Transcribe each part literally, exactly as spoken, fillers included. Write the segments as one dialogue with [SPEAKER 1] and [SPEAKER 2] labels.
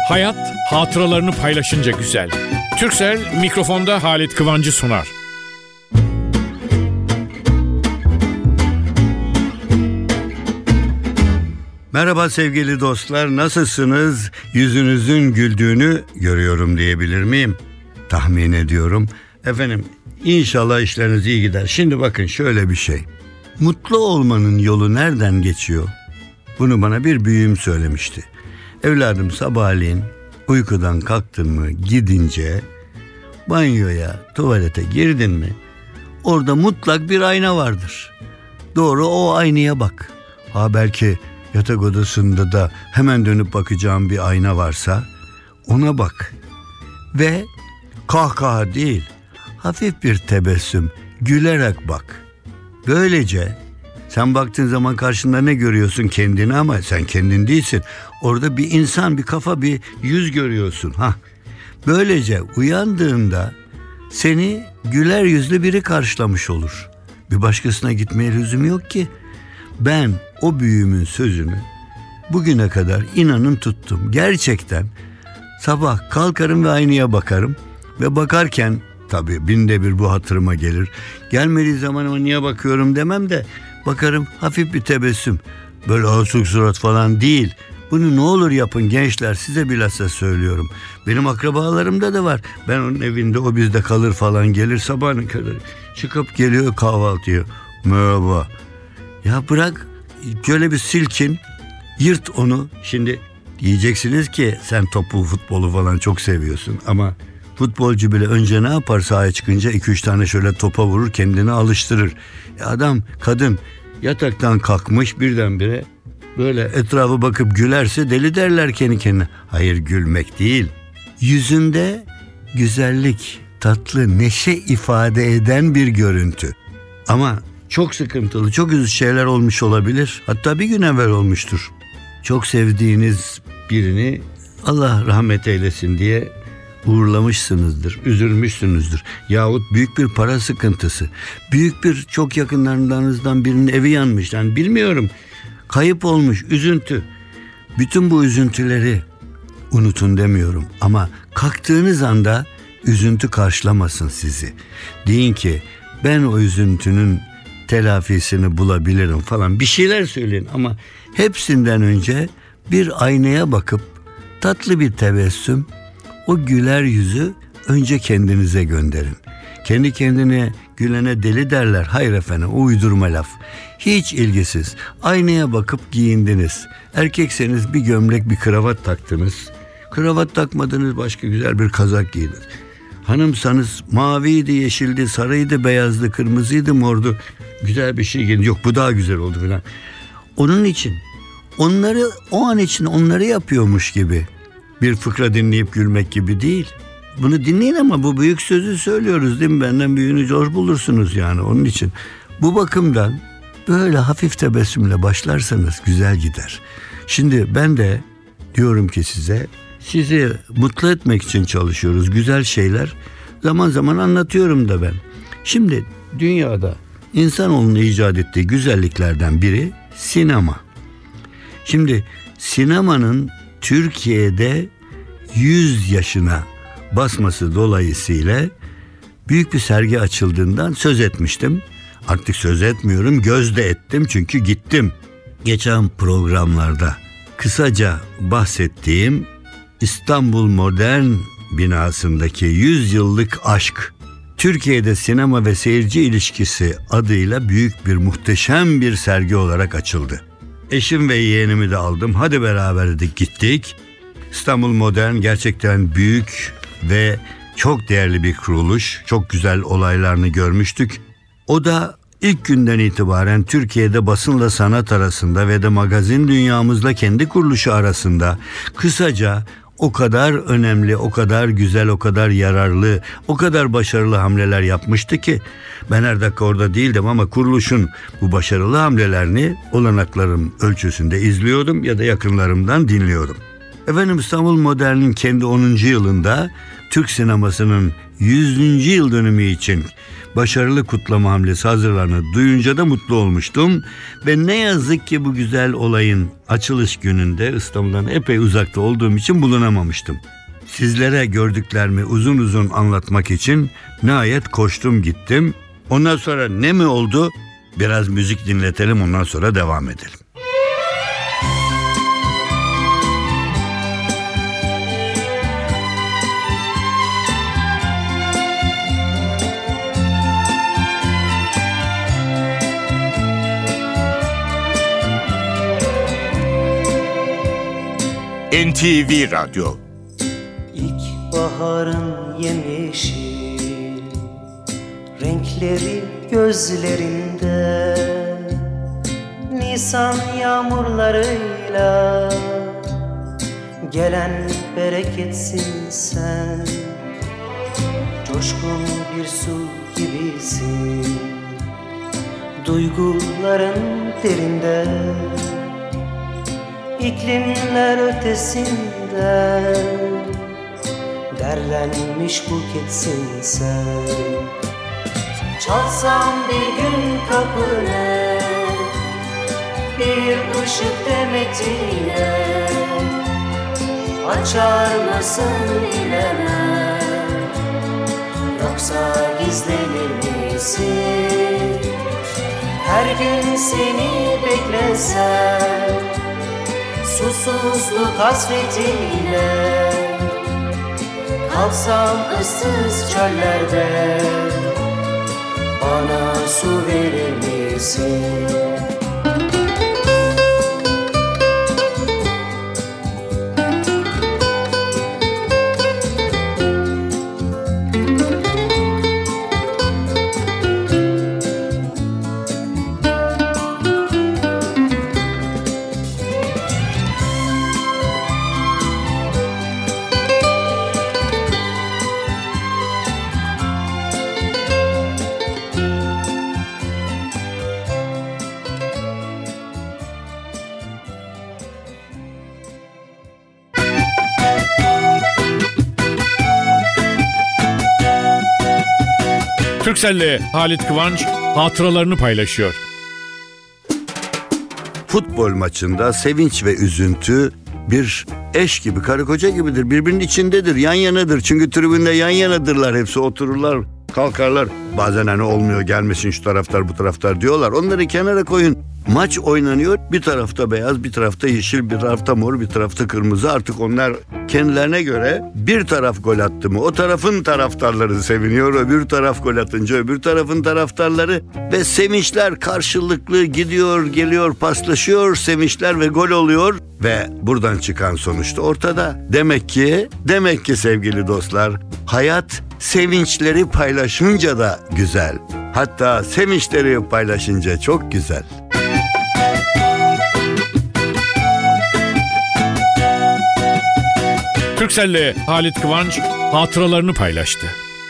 [SPEAKER 1] Hayat hatıralarını paylaşınca güzel. Turkcell mikrofonda Halit Kıvancı sunar.
[SPEAKER 2] Merhaba sevgili dostlar, nasılsınız? Yüzünüzün güldüğünü görüyorum diyebilir miyim? Tahmin ediyorum. Efendim, inşallah işleriniz iyi gider. Şimdi bakın şöyle bir şey. Mutlu olmanın yolu nereden geçiyor? Bunu bana bir büyüğüm söylemişti. Evladım, sabahleyin uykudan kalktın mı, gidince banyoya, tuvalete girdin mi, orada mutlak bir ayna vardır. Doğru, o aynaya bak. Ha belki yatak odasında da hemen dönüp bakacağım bir ayna varsa ona bak. Ve kahkaha değil, hafif bir tebessüm, gülerek bak. Böylece sen baktığın zaman karşında ne görüyorsun? Kendini, ama sen kendin değilsin. Orada bir insan, bir kafa, bir yüz görüyorsun. Hah. Böylece uyandığında seni güler yüzlü biri karşılamış olur. Bir başkasına gitmeye lüzum yok ki. Ben o büyüğümün sözünü bugüne kadar inanın tuttum. Gerçekten sabah kalkarım ve aynaya bakarım. Ve bakarken tabii binde bir bu hatırıma gelir. Gelmediği zaman ama niye bakıyorum demem de bakarım, hafif bir tebessüm. Böyle asık surat falan değil. Bunu ne olur yapın gençler, size bilhassa söylüyorum. Benim akrabalarımda da var. Ben onun evinde, o bizde kalır falan, gelir sabahın kadar. Çıkıp geliyor kahvaltıya. Merhaba. Ya bırak, şöyle bir silkin, yırt onu. Şimdi diyeceksiniz ki sen topu, futbolu falan çok seviyorsun. Ama futbolcu bile önce ne yapar, sahaya çıkınca iki üç tane şöyle topa vurur, kendini alıştırır. E adam, kadın yataktan kalkmış birdenbire böyle etrafı bakıp gülerse deli derler kendi kendine. Hayır, gülmek değil. Yüzünde güzellik, tatlı, neşe ifade eden bir görüntü. Ama çok sıkıntılı, çok üzücü şeyler olmuş olabilir. Hatta bir gün evvel olmuştur. Çok sevdiğiniz birini Allah rahmet eylesin diye uğurlamışsınızdır, üzülmüşsünüzdür. Yahut büyük bir para sıkıntısı, büyük bir, çok yakınlarınızdan birinin evi yanmış, yani bilmiyorum, kayıp olmuş, üzüntü. Bütün bu üzüntüleri unutun demiyorum, ama kalktığınız anda üzüntü karşılamasın sizi. Deyin ki ben o üzüntünün telafisini bulabilirim falan, bir şeyler söyleyin, ama hepsinden önce bir aynaya bakıp tatlı bir tebessüm, o güler yüzü önce kendinize gönderin. Kendi kendine gülene deli derler. Hayır efendim, o uydurma laf. Hiç ilgisiz. Aynaya bakıp giyindiniz. Erkekseniz bir gömlek, bir kravat taktınız. Kravat takmadınız, başka güzel bir kazak giydiniz. Hanımsanız maviydi, yeşildi, sarıydı, beyazdı, kırmızıydı, mordu. Güzel bir şey giyin. Yok, bu daha güzel oldu falan. Onun için onları, o an için onları yapıyormuş gibi bir fıkra dinleyip gülmek gibi değil. Bunu dinleyin, ama bu büyük sözü söylüyoruz değil mi? Benden büyüğünü zor bulursunuz yani. Onun için bu bakımdan böyle hafif tebessümle başlarsanız güzel gider. Şimdi ben de diyorum ki size, sizi mutlu etmek için çalışıyoruz. Güzel şeyler zaman zaman anlatıyorum da ben. Şimdi dünyada insanoğlunun icat ettiği güzelliklerden biri sinema. Şimdi sinemanın Türkiye'de yüz yaşına basması dolayısıyla büyük bir sergi açıldığından söz etmiştim. Artık söz etmiyorum, gözde ettim, çünkü gittim. Geçen programlarda kısaca bahsettiğim İstanbul Modern binasındaki yüz yıllık aşk, Türkiye'de sinema ve seyirci ilişkisi adıyla büyük bir, muhteşem bir sergi olarak açıldı. Eşim ve yeğenimi de aldım. Hadi beraber dedik, gittik. İstanbul Modern gerçekten büyük ve çok değerli bir kuruluş. Çok güzel olaylarını görmüştük. O da ilk günden itibaren Türkiye'de basınla sanat arasında ve de magazin dünyamızla kendi kuruluşu arasında kısaca o kadar önemli, o kadar güzel, o kadar yararlı, o kadar başarılı hamleler yapmıştı ki ben her dakika orada değildim, ama kuruluşun bu başarılı hamlelerini olanaklarım ölçüsünde izliyordum ya da yakınlarımdan dinliyordum. Efendim, İstanbul Modern'in kendi onuncu yılında Türk sinemasının yüzüncü yıl dönümü için başarılı kutlama hamlesi hazırlarını duyunca da mutlu olmuştum. Ve ne yazık ki bu güzel olayın açılış gününde İstanbul'dan epey uzakta olduğum için bulunamamıştım. Sizlere gördüklerimi uzun uzun anlatmak için nihayet koştum gittim. Ondan sonra ne mi oldu? Biraz müzik dinletelim, ondan sonra devam edelim.
[SPEAKER 3] N T V Radyo.
[SPEAKER 4] İlkbaharın yemyeşil renkleri gözlerinde, Nisan yağmurlarıyla gelen bereketsin sen. Coşkun bir su gibisin, duyguların derinde, İklimler ötesinden derlenmiş buketsin sen. Çalsam bir gün kapına, bir ışık demetiyle, açar mısın bilemem, yoksa gizlenir misin? Her gün seni beklesem, susuzluk hasretiyle, kalsam ıssız çöllerde, bana su verir misin?
[SPEAKER 1] Türkcell'le Halit Kıvanç hatıralarını paylaşıyor.
[SPEAKER 2] Futbol maçında sevinç ve üzüntü bir eş gibi, karı koca gibidir. Birbirinin içindedir, yan yanadır. Çünkü tribünde yan yanadırlar. Hepsi otururlar, kalkarlar. Bazen hani olmuyor, gelmesin şu taraftar bu taraftar diyorlar. Onları kenara koyun. Maç oynanıyor. Bir tarafta beyaz, bir tarafta yeşil, bir tarafta mor, bir tarafta kırmızı. Artık onlar kendilerine göre bir taraf gol attı mı o tarafın taraftarları seviniyor. Öbür taraf gol atınca öbür tarafın taraftarları ve sevinçler karşılıklı gidiyor, geliyor, paslaşıyor. Sevinçler ve gol oluyor ve buradan çıkan sonuçta ortada. Demek ki, demek ki sevgili dostlar, hayat sevinçleri paylaşınca da güzel. Hatta sevinçleri paylaşınca çok güzel.
[SPEAKER 1] Türkcell'le Halit Kıvanç hatıralarını paylaştı.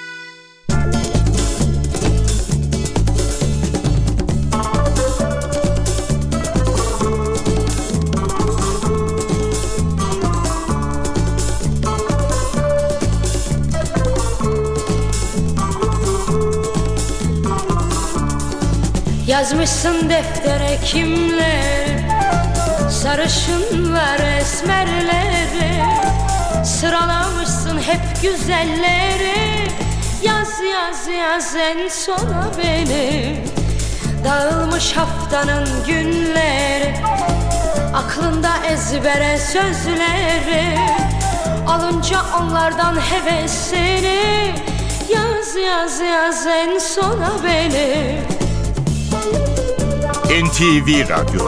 [SPEAKER 5] Yazmışsın deftere kimler, sarışınlar, esmerleri, sıralamışsın hep güzelleri. Yaz yaz yaz en sona beni. Dağılmış haftanın günleri, aklında ezbere sözleri, alınca onlardan hevesini. Yaz yaz yaz en sona beni.
[SPEAKER 3] N T V Radyo.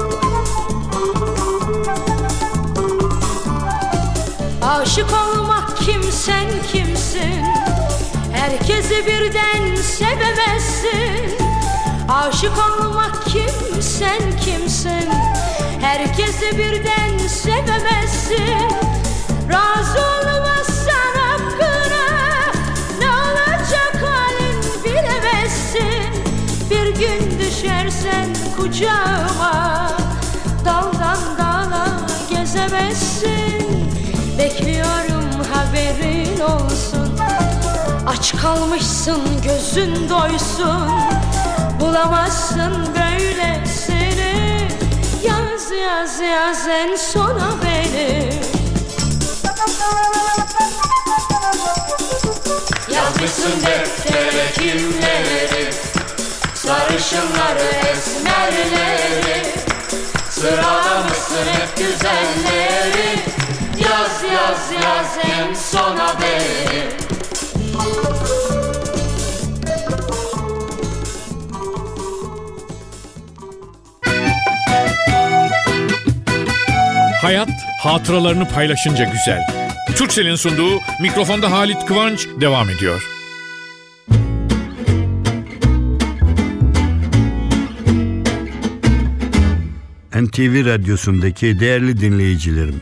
[SPEAKER 5] Aşık olmak kimsen kimsin, herkesi birden sevemezsin. Aşık olmak kimsen kimsin, herkesi birden sevemezsin. Razı olmazsan hakkına, ne olacak halin bilemezsin. Bir gün düşersen kucağıma, daldan dala gezemezsin. Bekliyorum haberin olsun, Aç kalmışsın gözün doysun, bulamazsın böylesini. Yaz yaz yaz en sona beni. Yazmışsın deftere kimleri, sarışınları esmerleri, sıralamışsın hep güzelleri. Yaz yaz yaz en sona beni.
[SPEAKER 1] Hayat hatıralarını paylaşınca güzel. Turkcell'in sunduğu Mikrofonda Halit Kıvanç devam ediyor.
[SPEAKER 2] N T V Radyosu'ndaki değerli dinleyicilerim,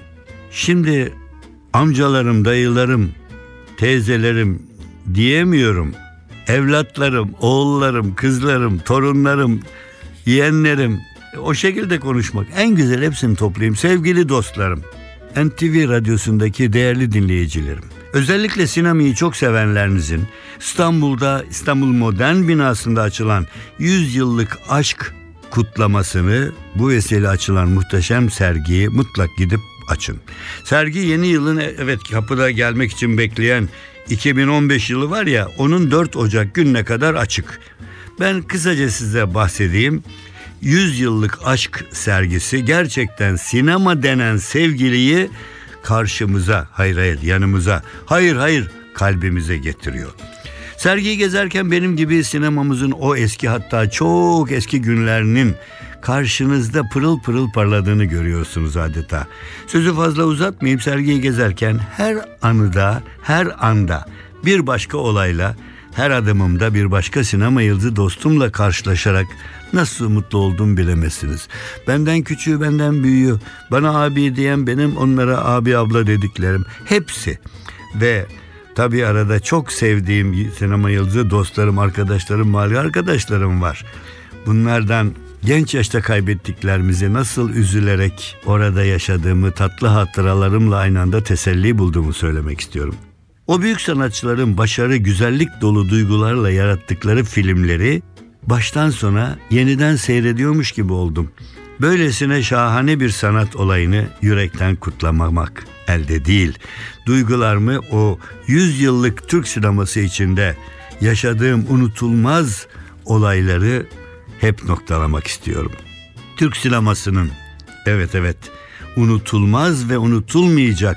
[SPEAKER 2] şimdi amcalarım, dayılarım, teyzelerim diyemiyorum. Evlatlarım, oğullarım, kızlarım, torunlarım, yeğenlerim, o şekilde konuşmak en güzel, hepsini toplayayım. Sevgili dostlarım, N T V Radyosu'ndaki değerli dinleyicilerim, özellikle sinemayı çok sevenlerinizin İstanbul'da, İstanbul Modern binasında açılan yüz yıllık aşk kutlamasını, bu vesile açılan muhteşem sergiyi mutlak gidip açın. Sergi yeni yılın, evet, kapıda gelmek için bekleyen iki bin on beş yılı var ya, onun dört Ocak gününe kadar açık. Ben kısaca size bahsedeyim. yüz yıllık aşk sergisi gerçekten sinema denen sevgiliyi karşımıza, hayır hayır yanımıza, hayır hayır kalbimize getiriyor. Sergiyi gezerken benim gibi sinemamızın o eski, hatta çok eski günlerinin karşınızda pırıl pırıl parladığını görüyorsunuz adeta. Sözü fazla uzatmayayım, sergiyi gezerken her anıda, her anda bir başka olayla, her adımımda bir başka sinema yıldızı dostumla karşılaşarak nasıl mutlu olduğumu bilemezsiniz. Benden küçüğü, benden büyüğü, bana abi diyen, benim onlara abi abla dediklerim, hepsi. Ve tabii arada çok sevdiğim sinema yıldızı dostlarım, arkadaşlarım, mahalle arkadaşlarım var. Bunlardan genç yaşta kaybettiklerimizi nasıl üzülerek orada yaşadığımı, tatlı hatıralarımla aynı anda teselli bulduğumu söylemek istiyorum. O büyük sanatçıların başarı, güzellik dolu duygularla yarattıkları filmleri baştan sona yeniden seyrediyormuş gibi oldum. Böylesine şahane bir sanat olayını yürekten kutlamamak elde değil. Duygularımı o yüz yıllık Türk sineması içinde yaşadığım unutulmaz olayları hep noktalamak istiyorum. Türk sinemasının, evet evet, unutulmaz ve unutulmayacak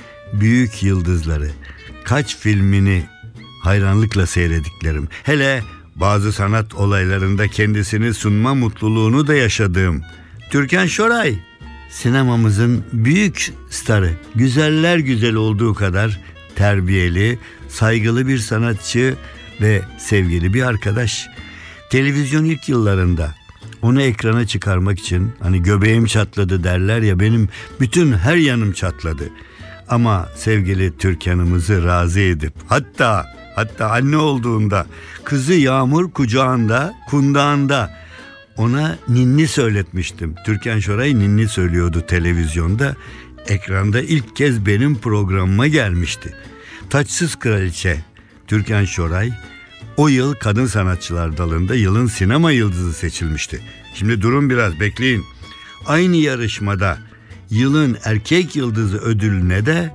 [SPEAKER 2] büyük yıldızları, kaç filmini hayranlıkla seyrediklerim, hele bazı sanat olaylarında kendisini sunma mutluluğunu da yaşadığım Türkan Şoray, sinemamızın büyük starı, güzeller güzel olduğu kadar terbiyeli, saygılı bir sanatçı ve sevgili bir arkadaş. Televizyon ilk yıllarında onu ekrana çıkarmak için, hani göbeğim çatladı derler ya, benim bütün her yanım çatladı. Ama sevgili Türkan'ımızı razı edip, hatta hatta anne olduğunda kızı Yağmur kucağında, kundağında ona ninni söyletmiştim. Türkan Şoray ninni söylüyordu televizyonda. Ekranda ilk kez benim programıma gelmişti. Taçsız Kraliçe Türkan Şoray o yıl kadın sanatçılar dalında yılın sinema yıldızı seçilmişti. Şimdi durun biraz, bekleyin. Aynı yarışmada yılın erkek yıldızı ödülüne de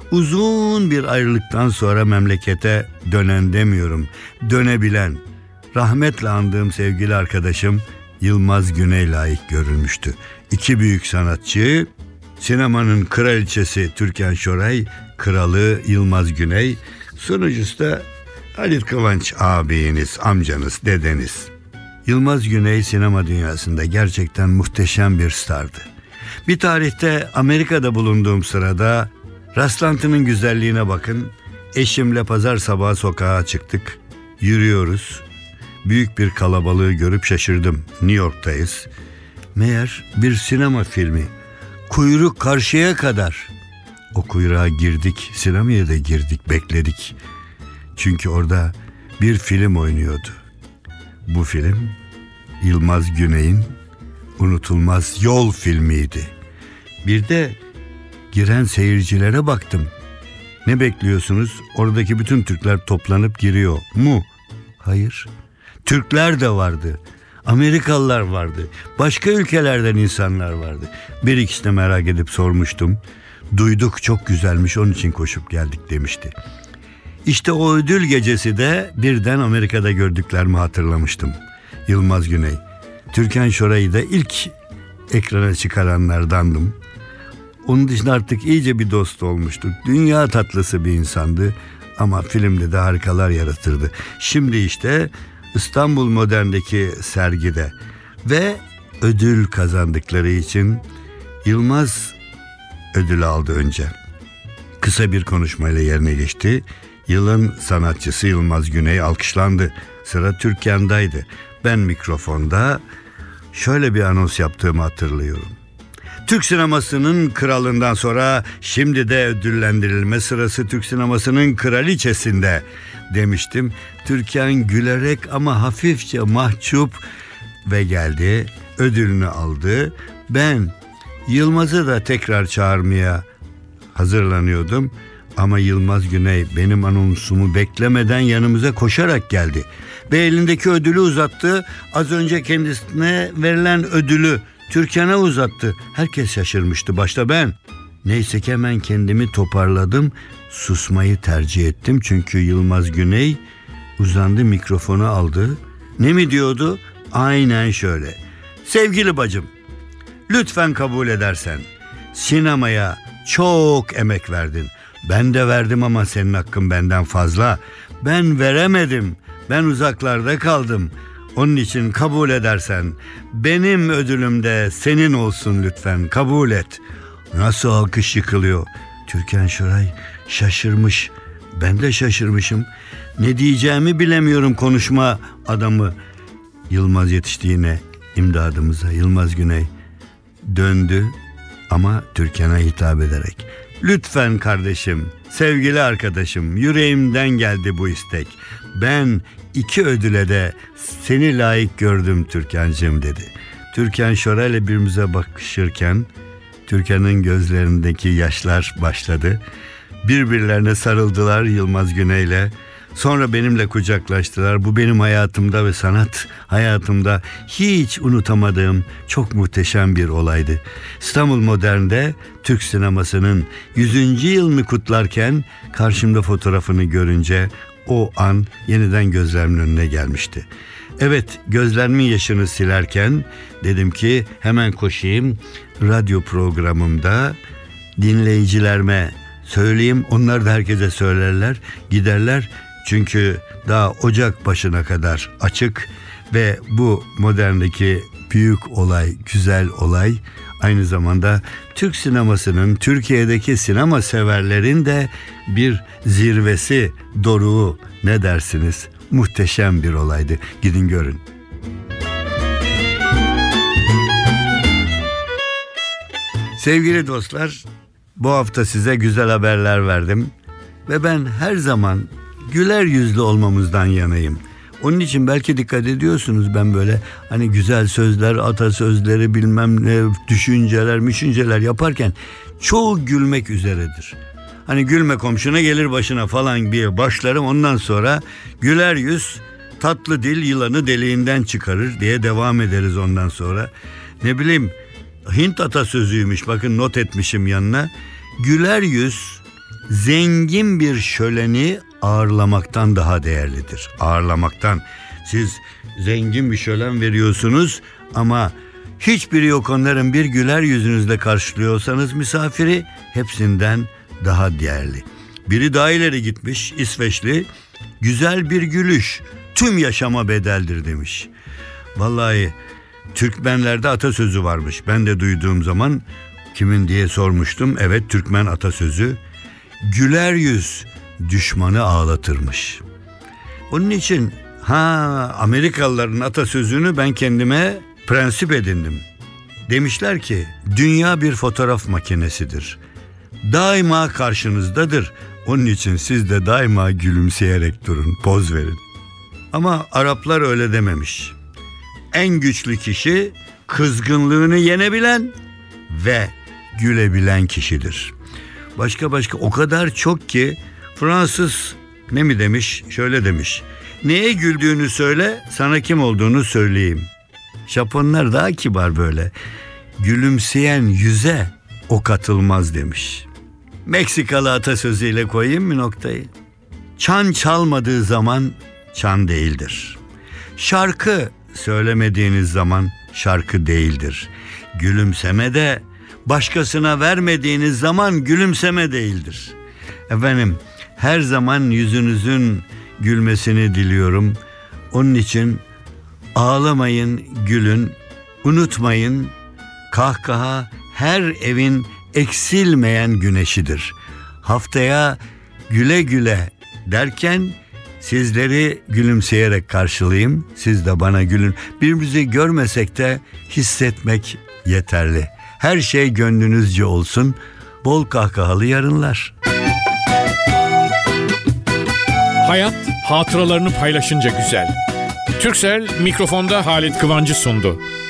[SPEAKER 2] uzun bir ayrılıktan sonra memlekete dönen demiyorum, dönebilen, rahmetle andığım sevgili arkadaşım Yılmaz Güney layık görülmüştü. İki büyük sanatçı, sinemanın kraliçesi Türkan Şoray, kralı Yılmaz Güney, sunucusu da Halit Kıvanç abiniz, amcanız, dedeniz. Yılmaz Güney sinema dünyasında gerçekten muhteşem bir stardı. Bir tarihte Amerika'da bulunduğum sırada rastlantının güzelliğine bakın. Eşimle pazar sabahı sokağa çıktık. Yürüyoruz. Büyük bir kalabalığı görüp şaşırdım. New York'tayız. Meğer bir sinema filmi. Kuyruk karşıya kadar. O kuyruğa girdik. Sinemaya da girdik, bekledik. Çünkü orada bir film oynuyordu. Bu film Yılmaz Güney'in unutulmaz Yol filmiydi. Bir de giren seyircilere baktım. Ne bekliyorsunuz? Oradaki bütün Türkler toplanıp giriyor mu? Hayır. Türkler de vardı. Amerikalılar vardı. Başka ülkelerden insanlar vardı. Bir ikisini merak edip sormuştum. Duyduk çok güzelmiş, onun için koşup geldik demişti. İşte o ödül gecesi de birden Amerika'da gördüklerimi hatırlamıştım. Yılmaz Güney. Türkan Şoray'ı da ilk ekrana çıkaranlardandım. Onun dışında artık iyice bir dost olmuştuk. Dünya tatlısı bir insandı ama filmde de harikalar yaratırdı. Şimdi işte İstanbul Modern'deki sergide ve ödül kazandıkları için Yılmaz ödülü aldı önce. Kısa bir konuşmayla yerine geçti. Yılın sanatçısı Yılmaz Güney alkışlandı. Sıra Türkan'daydı. Ben mikrofonda şöyle bir anons yaptığımı hatırlıyorum. Türk sinemasının kralından sonra şimdi de ödüllendirilme sırası Türk sinemasının kraliçesinde demiştim. Türkan gülerek ama hafifçe mahcup ve geldi, ödülünü aldı. Ben Yılmaz'ı da tekrar çağırmaya hazırlanıyordum ama Yılmaz Güney benim anonsumu beklemeden yanımıza koşarak geldi ve elindeki ödülü uzattı. Az önce kendisine verilen ödülü Türkan'a uzattı. Herkes şaşırmıştı, başta ben. Neyse ki hemen kendimi toparladım. Susmayı tercih ettim çünkü Yılmaz Güney uzandı, mikrofonu aldı. Ne mi diyordu? Aynen şöyle. Sevgili bacım, lütfen kabul edersen, sinemaya çok emek verdin. Ben de verdim ama senin hakkın benden fazla. Ben veremedim. Ben uzaklarda kaldım. Onun için kabul edersen benim ödülüm de senin olsun lütfen, kabul et. Nasıl alkış yıkılıyor. Türkan Şoray şaşırmış. Ben de şaşırmışım. Ne diyeceğimi bilemiyorum konuşma adamı. Yılmaz yetişti yine imdadımıza. Yılmaz Güney döndü ama Türkan'a hitap ederek. Lütfen kardeşim, sevgili arkadaşım, yüreğimden geldi bu istek. Ben iki ödüle de seni layık gördüm Türkan'cığım dedi. Türkan Şoray'la birbirimize bakışırken Türkan'ın gözlerindeki yaşlar başladı. Birbirlerine sarıldılar Yılmaz Güney'le. Sonra benimle kucaklaştılar. Bu benim hayatımda ve sanat hayatımda hiç unutamadığım çok muhteşem bir olaydı. İstanbul Modern'de Türk sinemasının yüzüncü yılını kutlarken karşımda fotoğrafını görünce o an yeniden gözlerimin önüne gelmişti. Evet, gözlerimin yaşını silerken dedim ki hemen koşayım, radyo programımda dinleyicilerime söyleyeyim, onlar da herkese söylerler, giderler. Çünkü daha Ocak başına kadar açık ve bu Modern'deki büyük olay, güzel olay aynı zamanda Türk sinemasının, Türkiye'deki sinema severlerin de bir zirvesi, doruğu, ne dersiniz? Muhteşem bir olaydı. Gidin görün. Sevgili dostlar, bu hafta size güzel haberler verdim ve ben her zaman güler yüzlü olmamızdan yanayım. Onun için belki dikkat ediyorsunuz, ben böyle hani güzel sözler, atasözleri, bilmem ne, düşünceler, müşünceler yaparken çoğu gülmek üzeredir. Hani gülme komşuna gelir başına falan diye başlarım, ondan sonra güler yüz tatlı dil yılanı deliğinden çıkarır diye devam ederiz ondan sonra. Ne bileyim, Hint atasözüymüş, bakın not etmişim yanına. Güler yüz zengin bir şöleni ağırlamaktan daha değerlidir. Ağırlamaktan. Siz zengin bir şölen veriyorsunuz ama hiçbiri yok onların, bir güler yüzünüzle karşılıyorsanız misafiri hepsinden daha değerli. Biri daha ileri gitmiş, İsveçli, güzel bir gülüş tüm yaşama bedeldir demiş. Vallahi Türkmenlerde atasözü varmış. Ben de duyduğum zaman kimin diye sormuştum. Evet, Türkmen atasözü. Güler yüz düşmanı ağlatırmış. Onun için ha Amerikalıların atasözünü ben kendime prensip edindim. Demişler ki dünya bir fotoğraf makinesidir. Daima karşınızdadır. Onun için siz de daima gülümseyerek durun, poz verin. Ama Araplar öyle dememiş. En güçlü kişi kızgınlığını yenebilen ve gülebilen kişidir. Başka başka o kadar çok ki Fransız ne mi demiş? Şöyle demiş. Neye güldüğünü söyle, sana kim olduğunu söyleyeyim. Japonlar daha kibar böyle. Gülümseyen yüze ok atılmaz demiş. Meksikalı atasözüyle koyayım mı noktayı? Çan çalmadığı zaman çan değildir. Şarkı söylemediğiniz zaman şarkı değildir. Gülümseme de başkasına vermediğiniz zaman gülümseme değildir. Efendim, her zaman yüzünüzün gülmesini diliyorum. Onun için ağlamayın, gülün, unutmayın. Kahkaha her evin eksilmeyen güneşidir. Haftaya güle güle derken sizleri gülümseyerek karşılayayım. Siz de bana gülün. Birbirimizi görmesek de hissetmek yeterli. Her şey gönlünüzce olsun. Bol kahkahalı yarınlar.
[SPEAKER 1] Hayat hatıralarını paylaşınca güzel. Turkcell mikrofonda Halit Kıvanç'ı sundu.